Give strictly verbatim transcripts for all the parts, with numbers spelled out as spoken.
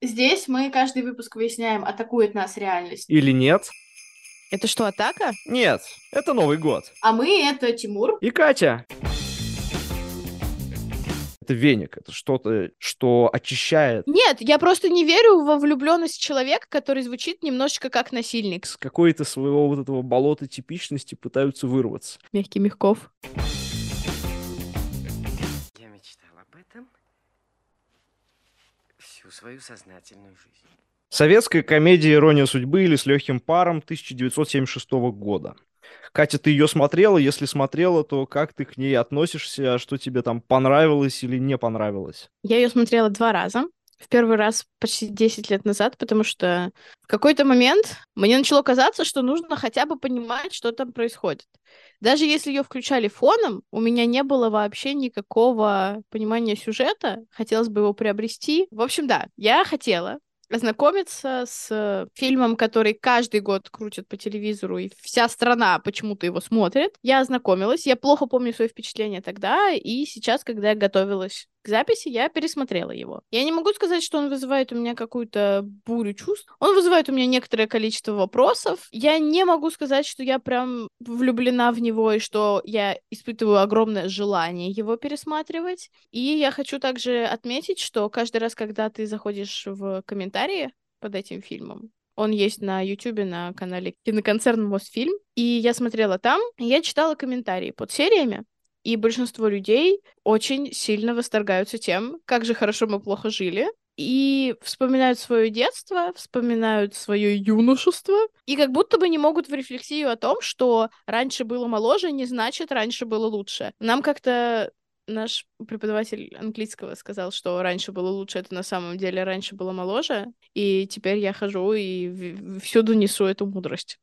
Здесь мы каждый выпуск выясняем, атакует нас реальность. Или нет? Это что, атака? Нет, это Новый год. А мы — это Тимур. И Катя. Это веник, это что-то, что очищает. Нет, я просто не верю во влюбленность человека, который звучит немножечко как насильник. С какой-то своего вот этого болота типичности пытаются вырваться. Мягкий Мягков. Я мечтал об этом всю свою сознательную жизнь. Советская комедия «Ирония судьбы» или «С легким паром» тысяча девятьсот семьдесят шестого года. Катя, ты ее смотрела? Если смотрела, то как ты к ней относишься? Что тебе там понравилось или не понравилось? Я ее смотрела два раза. В первый раз почти десять лет назад, потому что в какой-то момент мне начало казаться, что нужно хотя бы понимать, что там происходит. Даже если ее включали фоном, у меня не было вообще никакого понимания сюжета. Хотелось бы его приобрести. В общем, да, я хотела ознакомиться с фильмом, который каждый год крутят по телевизору, и вся страна почему-то его смотрит. Я ознакомилась, я плохо помню свои впечатления тогда, и сейчас, когда я готовилась к записи, я пересмотрела его. Я не могу сказать, что он вызывает у меня какую-то бурю чувств. Он вызывает у меня некоторое количество вопросов. Я не могу сказать, что я прям влюблена в него и что я испытываю огромное желание его пересматривать. И я хочу также отметить, что каждый раз, когда ты заходишь в комментарии под этим фильмом, он есть на Ютубе, на канале Киноконцерн Мосфильм. И я смотрела там, и я читала комментарии под сериями. И большинство людей очень сильно восторгаются тем, как же хорошо мы плохо жили, и вспоминают свое детство, вспоминают свое юношество, и как будто бы не могут в рефлексию о том, что раньше было моложе, не значит, раньше было лучше. Нам как-то наш преподаватель английского сказал, что раньше было лучше, это на самом деле раньше было моложе, и теперь я хожу и в- всюду несу эту мудрость.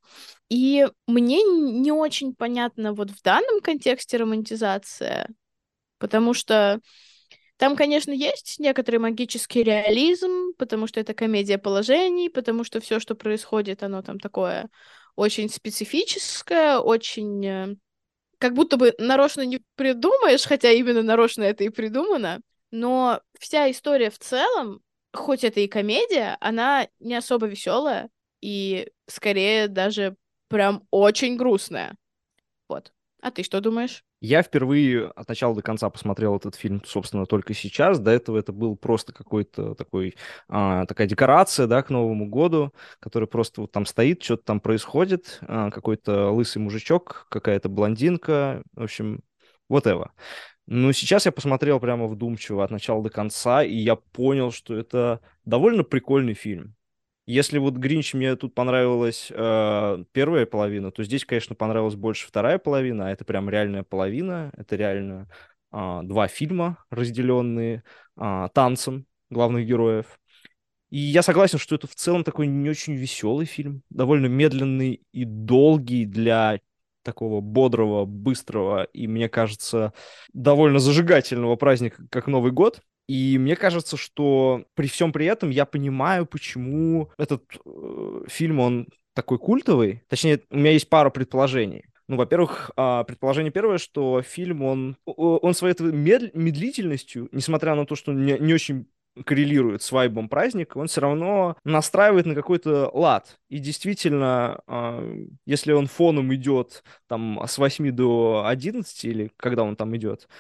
И мне не очень понятно вот в данном контексте романтизация, потому что там, конечно, есть некоторый магический реализм, потому что это комедия положений, потому что все, что происходит, оно там такое очень специфическое, очень... э, Как будто бы нарочно не придумаешь, хотя именно нарочно это и придумано, но вся история в целом, хоть это и комедия, она не особо веселая и скорее даже прям очень грустная. Вот. А ты что думаешь? Я впервые от начала до конца посмотрел этот фильм, собственно, только сейчас. До этого это был просто какой-то такой, а, такая декорация, да, к Новому году, которая просто вот там стоит, что-то там происходит, а, какой-то лысый мужичок, какая-то блондинка, в общем, whatever. Но сейчас я посмотрел прямо вдумчиво от начала до конца, и я понял, что это довольно прикольный фильм. Если вот «Гринч» мне тут понравилась э, первая половина, то здесь, конечно, понравилась больше вторая половина, а это прям реальная половина, это реально а, два фильма, разделенные а, танцем главных героев. И я согласен, что это в целом такой не очень веселый фильм, довольно медленный и долгий для такого бодрого, быстрого и, мне кажется, довольно зажигательного праздника, как Новый год. И мне кажется, что при всем при этом я понимаю, почему этот э, фильм, он такой культовый. Точнее, у меня есть пара предположений. Ну, во-первых, а, предположение первое, что фильм, он, о- он своей этой мед- медлительностью, несмотря на то, что он не, не очень коррелирует с вайбом праздника, он все равно настраивает на какой-то лад. И действительно, а, если он фоном идет там с восьми до одиннадцати, или когда он там идет,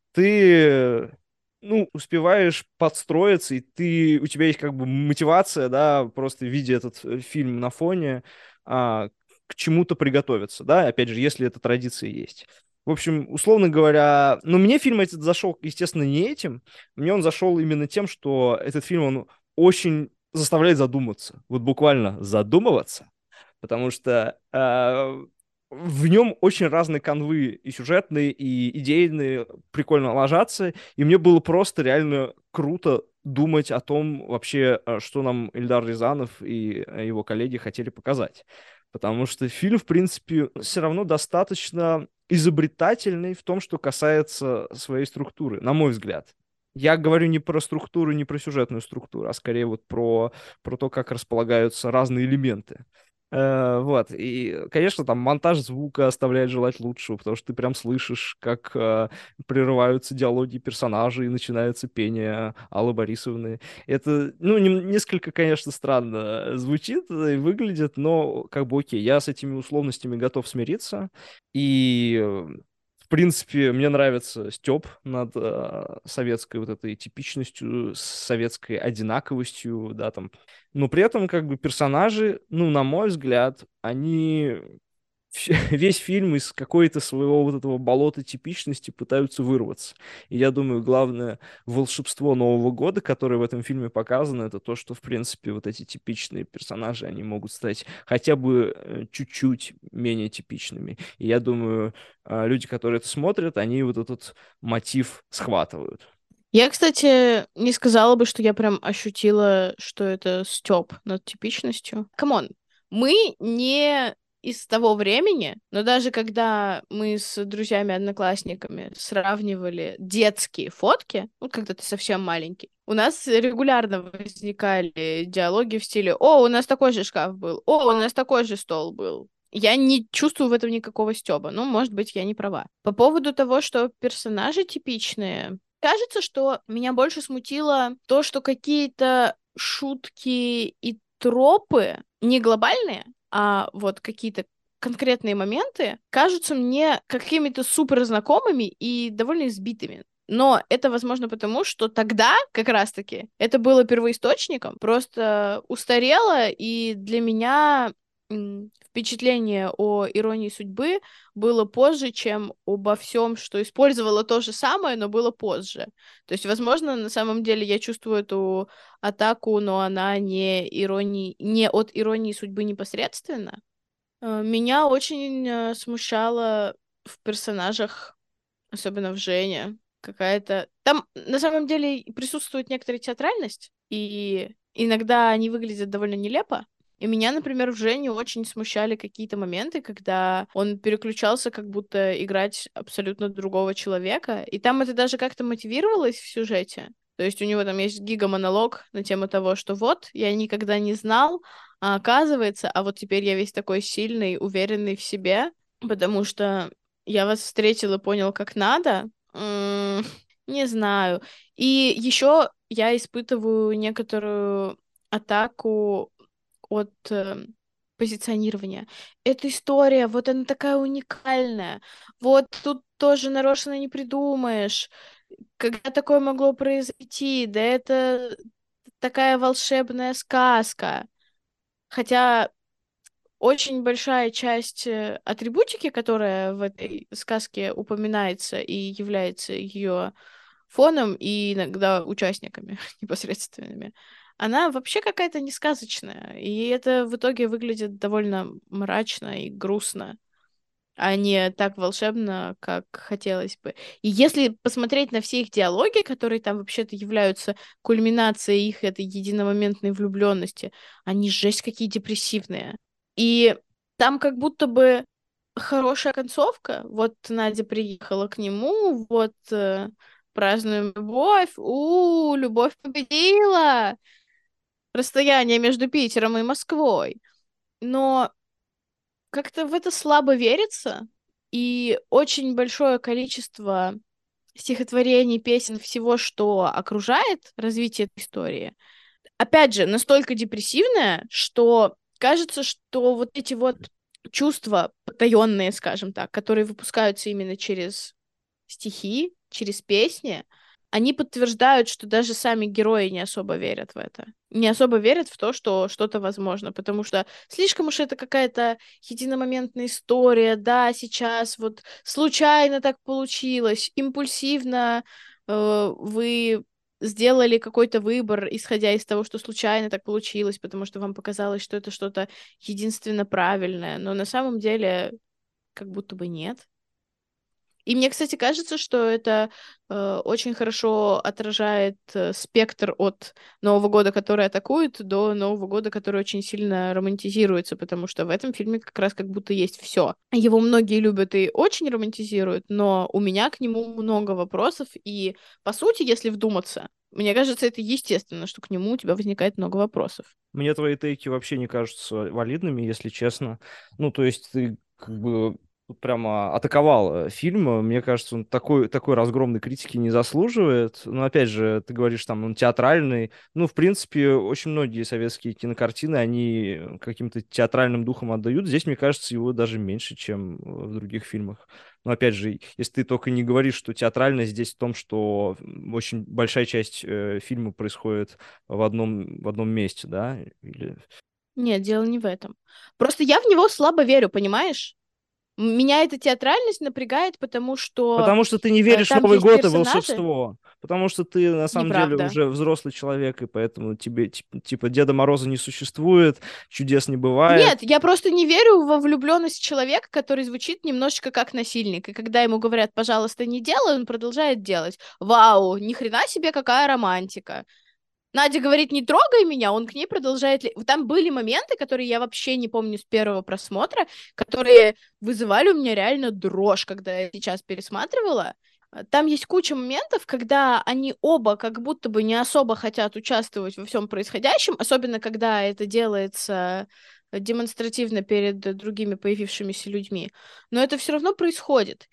ты, ну, успеваешь подстроиться, и ты, у тебя есть как бы мотивация, да, просто видя этот э, фильм на фоне, а, к чему-то приготовиться, да, опять же, если эта традиция есть. В общем, условно говоря, ну, мне фильм этот зашел, естественно, не этим, мне он зашел именно тем, что этот фильм, он очень заставляет задуматься, вот буквально задумываться, потому что э, в нем очень разные канвы и сюжетные, и идейные, прикольно ложатся, и мне было просто реально круто думать о том вообще, э, что нам Эльдар Рязанов и э, его коллеги хотели показать. Потому что фильм, в принципе, все равно достаточно изобретательный в том, что касается своей структуры, на мой взгляд. Я говорю не про структуру, не про сюжетную структуру, а скорее вот про, про то, как располагаются разные элементы. Э, Вот, и, конечно, там монтаж звука оставляет желать лучшего, потому что ты прям слышишь, как э, прерываются диалоги персонажей, и начинается пение Аллы Борисовны. Это, ну, нем- несколько, конечно, странно звучит и выглядит, но как бы окей, я с этими условностями готов смириться, и э, в принципе, мне нравится стёб над э, советской вот этой типичностью, с советской одинаковостью, да, там. Но при этом, как бы, персонажи, ну, на мой взгляд, они вс- весь фильм из какой-то своего вот этого болота типичности пытаются вырваться. И я думаю, главное волшебство Нового года, которое в этом фильме показано, это то, что, в принципе, вот эти типичные персонажи, они могут стать хотя бы э, чуть-чуть менее типичными. И я думаю, э, люди, которые это смотрят, они вот этот мотив схватывают. Я, кстати, не сказала бы, что я прям ощутила, что это стёб над типичностью. Камон, мы не из того времени, но даже когда мы с друзьями-одноклассниками сравнивали детские фотки, ну, когда ты совсем маленький, у нас регулярно возникали диалоги в стиле «О, у нас такой же шкаф был», «О, у нас такой же стол был». Я не чувствую в этом никакого стёба. Ну, может быть, я не права. По поводу того, что персонажи типичные, кажется, что меня больше смутило то, что какие-то шутки и тропы не глобальные, а вот какие-то конкретные моменты кажутся мне какими-то супер знакомыми и довольно избитыми. Но это, возможно, потому, что тогда, как раз-таки, это было первоисточником, просто устарело, и для меня м, впечатление о иронии судьбы было позже, чем обо всем, что использовало то же самое, но было позже. То есть, возможно, на самом деле я чувствую эту атаку, но она не иронии, не от иронии судьбы непосредственно. Э, Меня очень э, смущало в персонажах, особенно в Жене, какая-то... Там на самом деле присутствует некоторая театральность, и иногда они выглядят довольно нелепо. И меня, например, в Жене очень смущали какие-то моменты, когда он переключался как будто играть абсолютно другого человека. И там это даже как-то мотивировалось в сюжете. То есть у него там есть гигамонолог на тему того, что вот, я никогда не знал, а оказывается, а вот теперь я весь такой сильный, уверенный в себе, потому что я вас встретил и понял, как надо. М, Не знаю. И еще я испытываю некоторую атаку от э, позиционирования. Эта история, вот она такая уникальная. Вот тут тоже нарочно не придумаешь. Когда такое могло произойти? Да это такая волшебная сказка. Хотя очень большая часть э, атрибутики, которая в этой сказке упоминается и является ее фоном и иногда участниками непосредственными, она вообще какая-то не сказочная. И это в итоге выглядит довольно мрачно и грустно, а не так волшебно, как хотелось бы. И если посмотреть на все их диалоги, которые там вообще-то являются кульминацией их этой единомоментной влюбленности, они жесть какие депрессивные. И там как будто бы хорошая концовка. Вот Надя приехала к нему, вот э, празднуем любовь. У, любовь победила! Расстояние между Питером и Москвой. Но как-то в это слабо верится, и очень большое количество стихотворений, песен, всего, что окружает развитие этой истории, опять же, настолько депрессивное, что кажется, что вот эти вот чувства потаенные, скажем так, которые выпускаются именно через стихи, через песни, они подтверждают, что даже сами герои не особо верят в это. Не особо верят в то, что что-то возможно, потому что слишком уж это какая-то единомоментная история, да, сейчас вот случайно так получилось, импульсивно э, вы сделали какой-то выбор, исходя из того, что случайно так получилось, потому что вам показалось, что это что-то единственно правильное, но на самом деле как будто бы нет. И мне, кстати, кажется, что это э, очень хорошо отражает э, спектр от Нового года, который атакует, до Нового года, который очень сильно романтизируется, потому что в этом фильме как раз как будто есть все. Его многие любят и очень романтизируют, но у меня к нему много вопросов, и, по сути, если вдуматься, Мне кажется, это естественно, что к нему у тебя возникает много вопросов. Мне твои тейки вообще не кажутся валидными, если честно. Ну, то есть ты как бы тут прямо атаковал э, фильм. Мне кажется, он такой, такой разгромной критики не заслуживает. Но, опять же, ты говоришь, там, он театральный. Ну, в принципе, очень многие советские кинокартины, они каким-то театральным духом отдают. Здесь, мне кажется, его даже меньше, чем в других фильмах. Но, опять же, если ты только не говоришь, что театральность здесь в том, что очень большая часть э, фильма происходит в одном, в одном месте, да? Или... Нет, дело не в этом. Просто я в него слабо верю, понимаешь? М- Меня эта театральность напрягает, потому что Потому что ты не э, веришь в там Новый есть год и персонажи. волшебство. Потому что ты на самом деле Неправда. уже взрослый человек, и поэтому тебе, тип- типа, Деда Мороза не существует, чудес не бывает. Нет, я просто не верю во влюбленность человека, который звучит немножечко как насильник. И когда ему говорят, пожалуйста, не делай, он продолжает делать. Вау, ни хрена себе, какая романтика. Надя говорит, не трогай меня, он к ней продолжает... ле- Там были моменты, которые я вообще не помню с первого просмотра, которые вызывали у меня реально дрожь, когда я сейчас пересматривала. А, Там есть куча моментов, когда они оба как будто бы не особо хотят участвовать во всем происходящем, особенно когда это делается демонстративно перед другими появившимися людьми. Но это все равно происходит.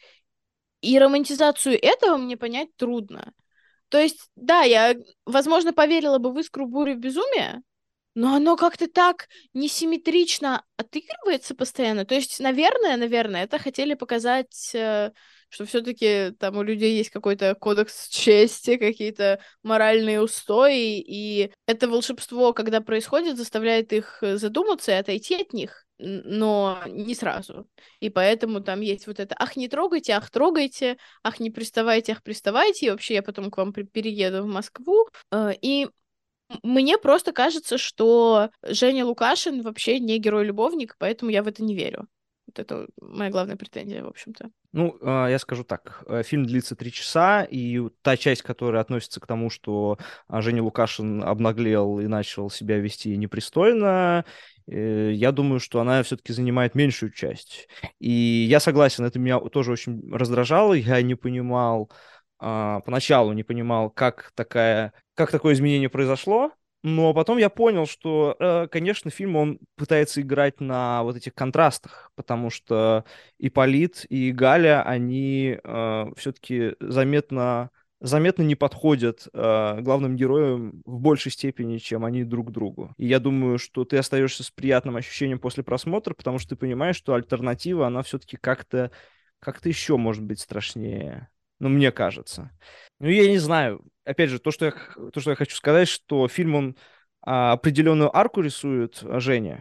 И романтизацию этого мне понять трудно. То есть, да, я, возможно, поверила бы в искру бури в безумие, но оно как-то так несимметрично отыгрывается постоянно. То есть, наверное, наверное, это хотели показать, э, что все-таки там у людей есть какой-то кодекс чести, какие-то моральные устои, и это волшебство, когда происходит, заставляет их э, задуматься и отойти от них, н- но не сразу. И поэтому там есть вот это «ах, не трогайте, ах, трогайте, ах, не приставайте, ах, приставайте, и вообще я потом к вам при- перееду в Москву». Э, И М- Мне просто кажется, что Женя Лукашин вообще не герой-любовник, поэтому я в это не верю. Вот это моя главная претензия, в общем-то. Ну, а, я скажу так. э, Фильм длится три часа, и та часть, которая относится к тому, что а, Женя Лукашин обнаглел и начал себя вести непристойно, э, я думаю, что она все-таки занимает меньшую часть. И я согласен, это меня тоже очень раздражало. Я не понимал, а, поначалу не понимал, как такая, как такое изменение произошло. Но потом я понял, что, э, конечно, фильм, он пытается играть на вот этих контрастах, потому что Ипполит и Галя, они э, все-таки заметно, заметно не подходят э, главным героям в большей степени, чем они друг к другу. И я думаю, что ты остаешься с приятным ощущением после просмотра, потому что ты понимаешь, что альтернатива, она все-таки как-то как-то еще может быть страшнее. Ну, мне кажется. Ну, я не знаю. Опять же, то, что я, х- то, что я хочу сказать, что фильм, он а, определенную арку рисует, а, Женя.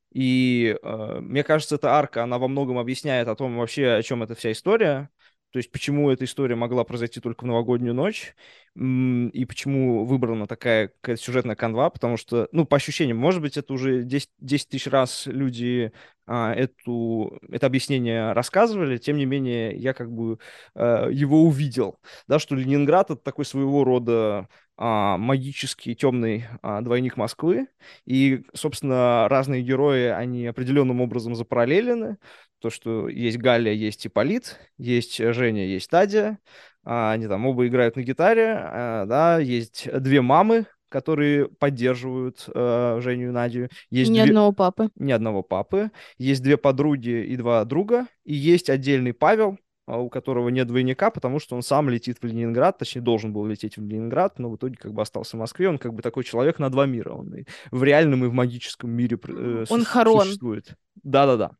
И э, мне кажется, эта арка, она во многом объясняет о том вообще, о чем эта вся история. То есть, почему эта история могла произойти только в новогоднюю ночь, м, и почему выбрана такая какая-то сюжетная канва, потому что, ну, по ощущениям, может быть, это уже десять, десять тысяч раз люди а, эту, это объяснение рассказывали, тем не менее, я как бы э, его увидел, да, что Ленинград — это такой своего рода а, магический темный а, двойник Москвы, и, собственно, разные герои, они определенным образом запараллелены. То, что есть Галя, есть Ипполит, есть Женя, есть Надя. А, Они там оба играют на гитаре. а, Да, есть две мамы, которые поддерживают э, Женю и Надю. Есть Ни две... одного папы. Ни одного папы. Есть две подруги и два друга. И есть отдельный Павел, а, у которого нет двойника, потому что он сам летит в Ленинград, точнее, должен был лететь в Ленинград, но в итоге как бы остался в Москве. Он как бы такой человек на два мира. Он и в реальном, и в магическом мире э, Он су- Харон. существует. Да-да-да.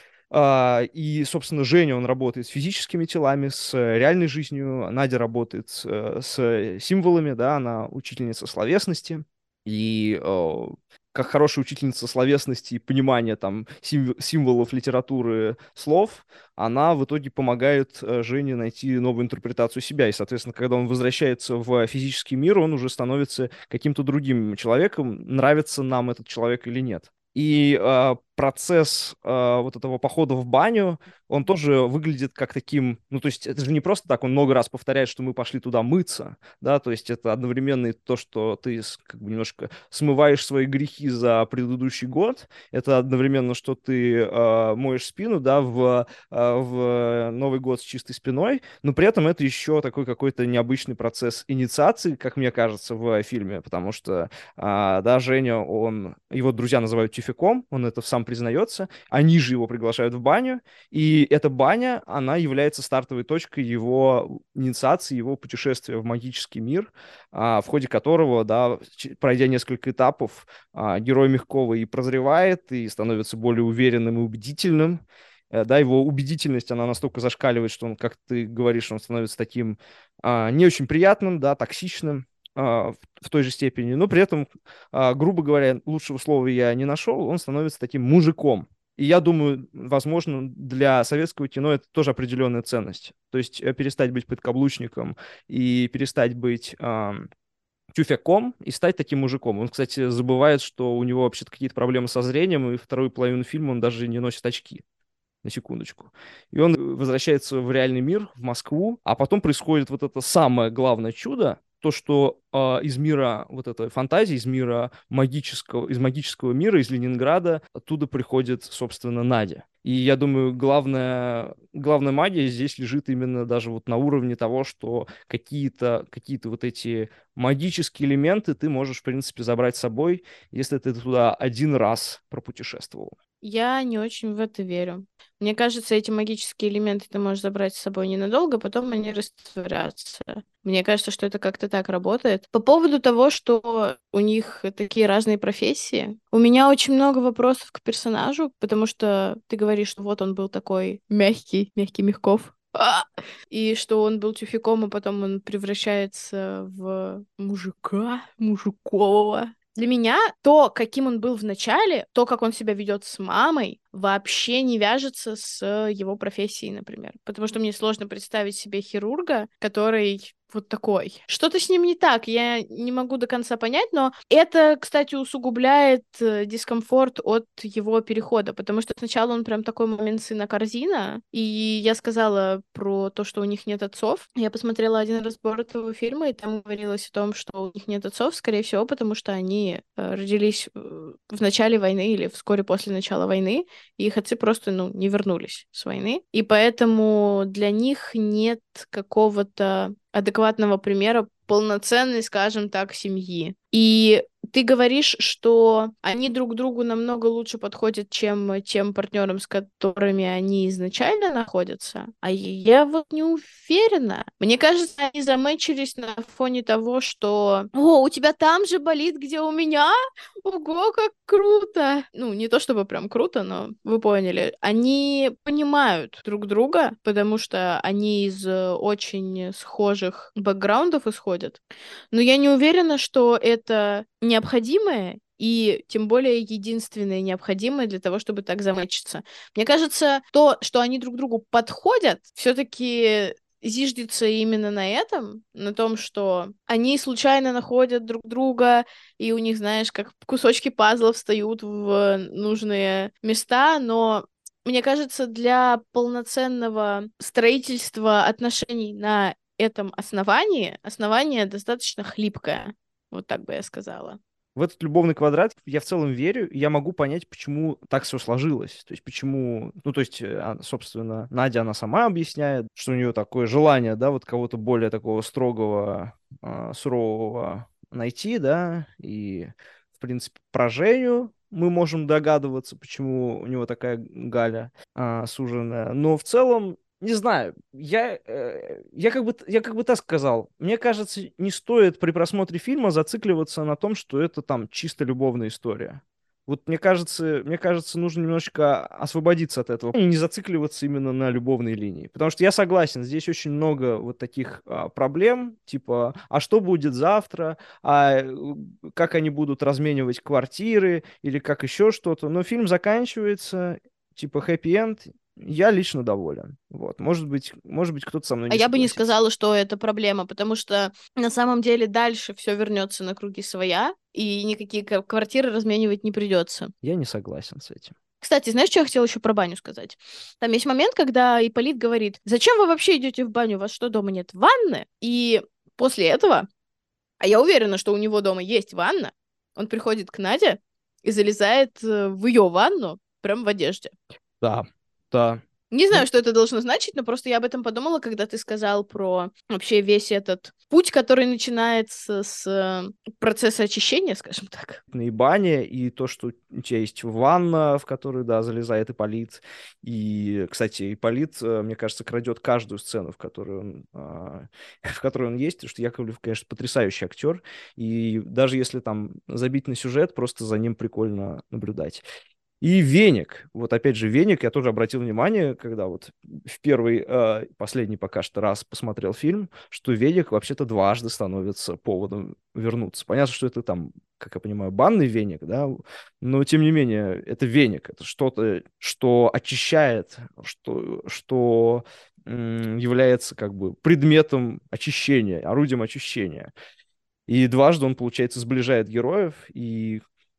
А, И, собственно, Женя, он работает с физическими телами, с э, реальной жизнью. Надя работает с, э, с символами, да, она учительница словесности. И э, как хорошая учительница словесности и понимания там симв- символов литературы слов, она в итоге помогает э, Жене найти новую интерпретацию себя. И, соответственно, когда он возвращается в физический мир, он уже становится каким-то другим человеком, нравится нам этот человек или нет. И э, процесс э, вот этого похода в баню, он тоже выглядит как таким, ну, то есть это же не просто так, он много раз повторяет, что мы пошли туда мыться, да, то есть это одновременно и то, что ты с- как бы немножко смываешь свои грехи за предыдущий год, это одновременно, что ты э, моешь спину, да, в, э, в Новый год с чистой спиной, но при этом это еще такой какой-то необычный процесс инициации, как мне кажется, в фильме, потому что, а, да, Женя, он, его друзья называют тюфяком, он это сам признается, они же его приглашают в баню, и эта баня, она является стартовой точкой его инициации, его путешествия в магический мир, а, в ходе которого, да, ч- пройдя несколько этапов, а, герой Мягкова и прозревает, и становится более уверенным и убедительным. Э, Да, его убедительность, она настолько зашкаливает, что он, как ты говоришь, он становится таким а, не очень приятным, да, токсичным а, в, в той же степени, но при этом, а, грубо говоря, лучшего слова я не нашел, он становится таким мужиком. И я думаю, возможно, для советского кино это тоже определенная ценность. То есть э, перестать быть подкаблучником и перестать быть ам, тюфяком и стать таким мужиком. Он, кстати, забывает, что у него вообще-то какие-то проблемы со зрением, и вторую половину фильма он даже не носит очки. На секундочку. И он возвращается в реальный мир, в Москву, а потом происходит вот это самое главное чудо, то, что а, из мира вот этой фантазии, из мира магического, из магического мира, из Ленинграда, оттуда приходит, собственно, Надя. И я думаю, главная, главная магия здесь лежит именно даже вот на уровне того, что какие-то какие-то вот эти магические элементы ты можешь, в принципе, забрать с собой, если ты туда один раз пропутешествовал. Я не очень в это верю. Мне кажется, эти магические элементы ты можешь забрать с собой ненадолго, потом они растворятся. Мне кажется, что это как-то так работает. По поводу того, что у них такие разные профессии, у меня очень много вопросов к персонажу, потому что ты говоришь, что вот он был такой мягкий, мягкий Мягков. А! И что он был тюфяком, а потом он превращается в мужика, мужикового. Для меня то, каким он был в начале, то, как он себя ведет с мамой, вообще не вяжется с его профессией, например. Потому что мне сложно представить себе хирурга, который вот такой. Что-то с ним не так, я не могу до конца понять, но это, кстати, усугубляет э, дискомфорт от его перехода, потому что сначала он прям такой момент сына корзина, и я сказала про то, что у них нет отцов. Я посмотрела один разбор этого фильма, и там говорилось о том, что у них нет отцов, скорее всего, потому что они э, родились э, в начале войны или вскоре после начала войны, и их отцы просто, ну, не вернулись с войны. И поэтому для них нет какого-то адекватного примера полноценной, скажем так, семьи. И ты говоришь, что они друг другу намного лучше подходят, чем тем партнерам, с которыми они изначально находятся. А я вот не уверена. Мне кажется, они замечились на фоне того, что «О, у тебя там же болит, где у меня? Ого, как круто!» Ну, не то чтобы прям круто, но вы поняли. Они понимают друг друга, потому что они из э, очень схожих бэкграундов исходят. Но я не уверена, что это необходимое и тем более единственное необходимое для того, чтобы так замэчиться. Мне кажется, то, что они друг другу подходят, все-таки зиждется именно на этом, на том, что они случайно находят друг друга, и у них, знаешь, как кусочки пазла встают в нужные места, но мне кажется, для полноценного строительства отношений на этом основании, основание достаточно хлипкое. Вот так бы я сказала. В этот любовный квадрат я в целом верю, и я могу понять, почему так все сложилось. То есть почему, ну, то есть, э, а, собственно, Надя, она сама объясняет, что у нее такое желание, да, вот кого-то более такого строгого, а, сурового найти, да, и, в принципе, про Женю мы можем догадываться, почему у него такая Галя а, суженая. Но в целом, не знаю, я, э, я, как бы, я как бы так сказал. Мне кажется, не стоит при просмотре фильма зацикливаться на том, что это там чисто любовная история. Вот мне кажется, мне кажется, нужно немножечко освободиться от этого и не зацикливаться именно на любовной линии. Потому что я согласен, здесь очень много вот таких а, проблем, типа, а что будет завтра, а э, как они будут разменивать квартиры или как еще что-то. Но фильм заканчивается, типа, хэппи-энд, я лично доволен. Вот. Может быть, может быть, кто-то со мной А не я бы не согласится. сказала, что это проблема, потому что на самом деле дальше все вернется на круги своя, и никакие ка- квартиры разменивать не придется. Я не согласен с этим. Кстати, знаешь, что я хотела еще про баню сказать? Там есть момент, когда Ипполит говорит: зачем вы вообще идете в баню? У вас что, дома нет ванны? И после этого, а я уверена, что у него дома есть ванна, он приходит к Наде и залезает э, в ее ванну прям в одежде. Да, да. Не знаю, Ну, что это должно значить, но просто я об этом подумала, когда ты сказал про вообще весь этот путь, который начинается с э, процесса очищения, скажем так. и баня, и то, что у тебя есть ванна, в которую, да, залезает Ипполит. И, кстати, Ипполит, э, мне кажется, крадет каждую сцену, в которой он, а, в которой он есть, потому что Яковлев, конечно, потрясающий актер. И даже если там забить на сюжет, просто за ним прикольно наблюдать. И веник. Вот опять же, веник, я тоже обратил внимание, когда вот в первый, э, последний пока что раз посмотрел фильм, что веник вообще-то дважды становится поводом вернуться. Понятно, что это там, как я понимаю, банный веник, да, но тем не менее, это веник, это что-то, что очищает, что, что м, является как бы предметом очищения, орудием очищения. И дважды он, получается, сближает героев, и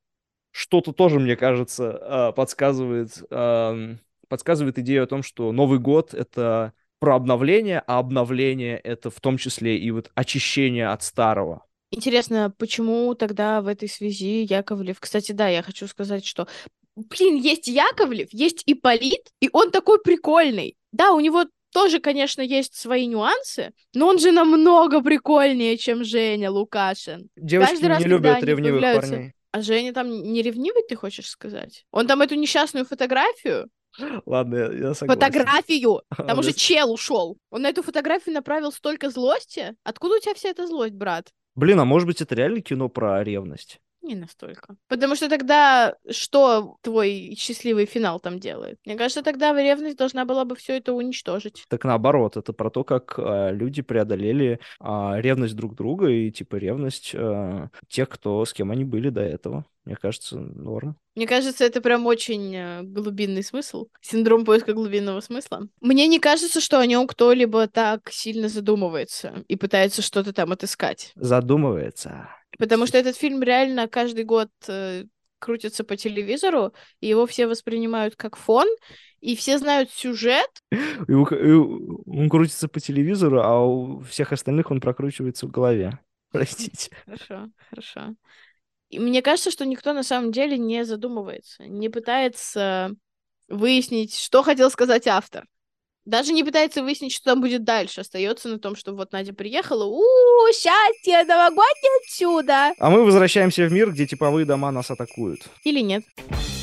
что-то тоже, мне кажется, а, подсказывает, ам, подсказывает идею о том, что Новый год — это про обновление, а обновление — это в том числе и вот очищение от старого. Интересно, почему тогда в этой связи Яковлев... Кстати, да, я хочу сказать, что, блин, есть Яковлев, есть Ипполит, и он такой прикольный. Да, у него тоже, конечно, есть свои нюансы, но он же намного прикольнее, чем Женя Лукашин. Девочки Каждый раз, не когда любят они ревнивых появляются... парней. А Женя там не ревнивый, ты хочешь сказать? Он там эту несчастную фотографию, Ладно, я, я согласен. фотографию, там Он уже из- чел ушел. Он на эту фотографию направил столько злости. Откуда у тебя вся эта злость, брат? Блин, а может быть, это реально кино про ревность? Не настолько. Потому что тогда что твой счастливый финал там делает? Мне кажется, тогда ревность должна была бы все это уничтожить. Так наоборот, это про то, как а, люди преодолели а, ревность друг друга и типа ревность а, тех, кто с кем они были до этого. Мне кажется, норм. Мне кажется, это прям очень э, глубинный смысл. Синдром поиска глубинного смысла. Мне не кажется, что о нем кто-либо так сильно задумывается и пытается что-то там отыскать. Задумывается. Потому что этот фильм реально каждый год э, крутится по телевизору, и его все воспринимают как фон, и все знают сюжет. И у- и у- он крутится по телевизору, а у всех остальных он прокручивается в голове. Простите. Хорошо, хорошо. И мне кажется, что никто на самом деле не задумывается, не пытается выяснить, что хотел сказать автор. Даже не пытается выяснить, что там будет дальше. Остается на том, что вот Надя приехала, у счастье, новогоднее чудо! А мы возвращаемся в мир, где типовые дома нас атакуют. Или нет.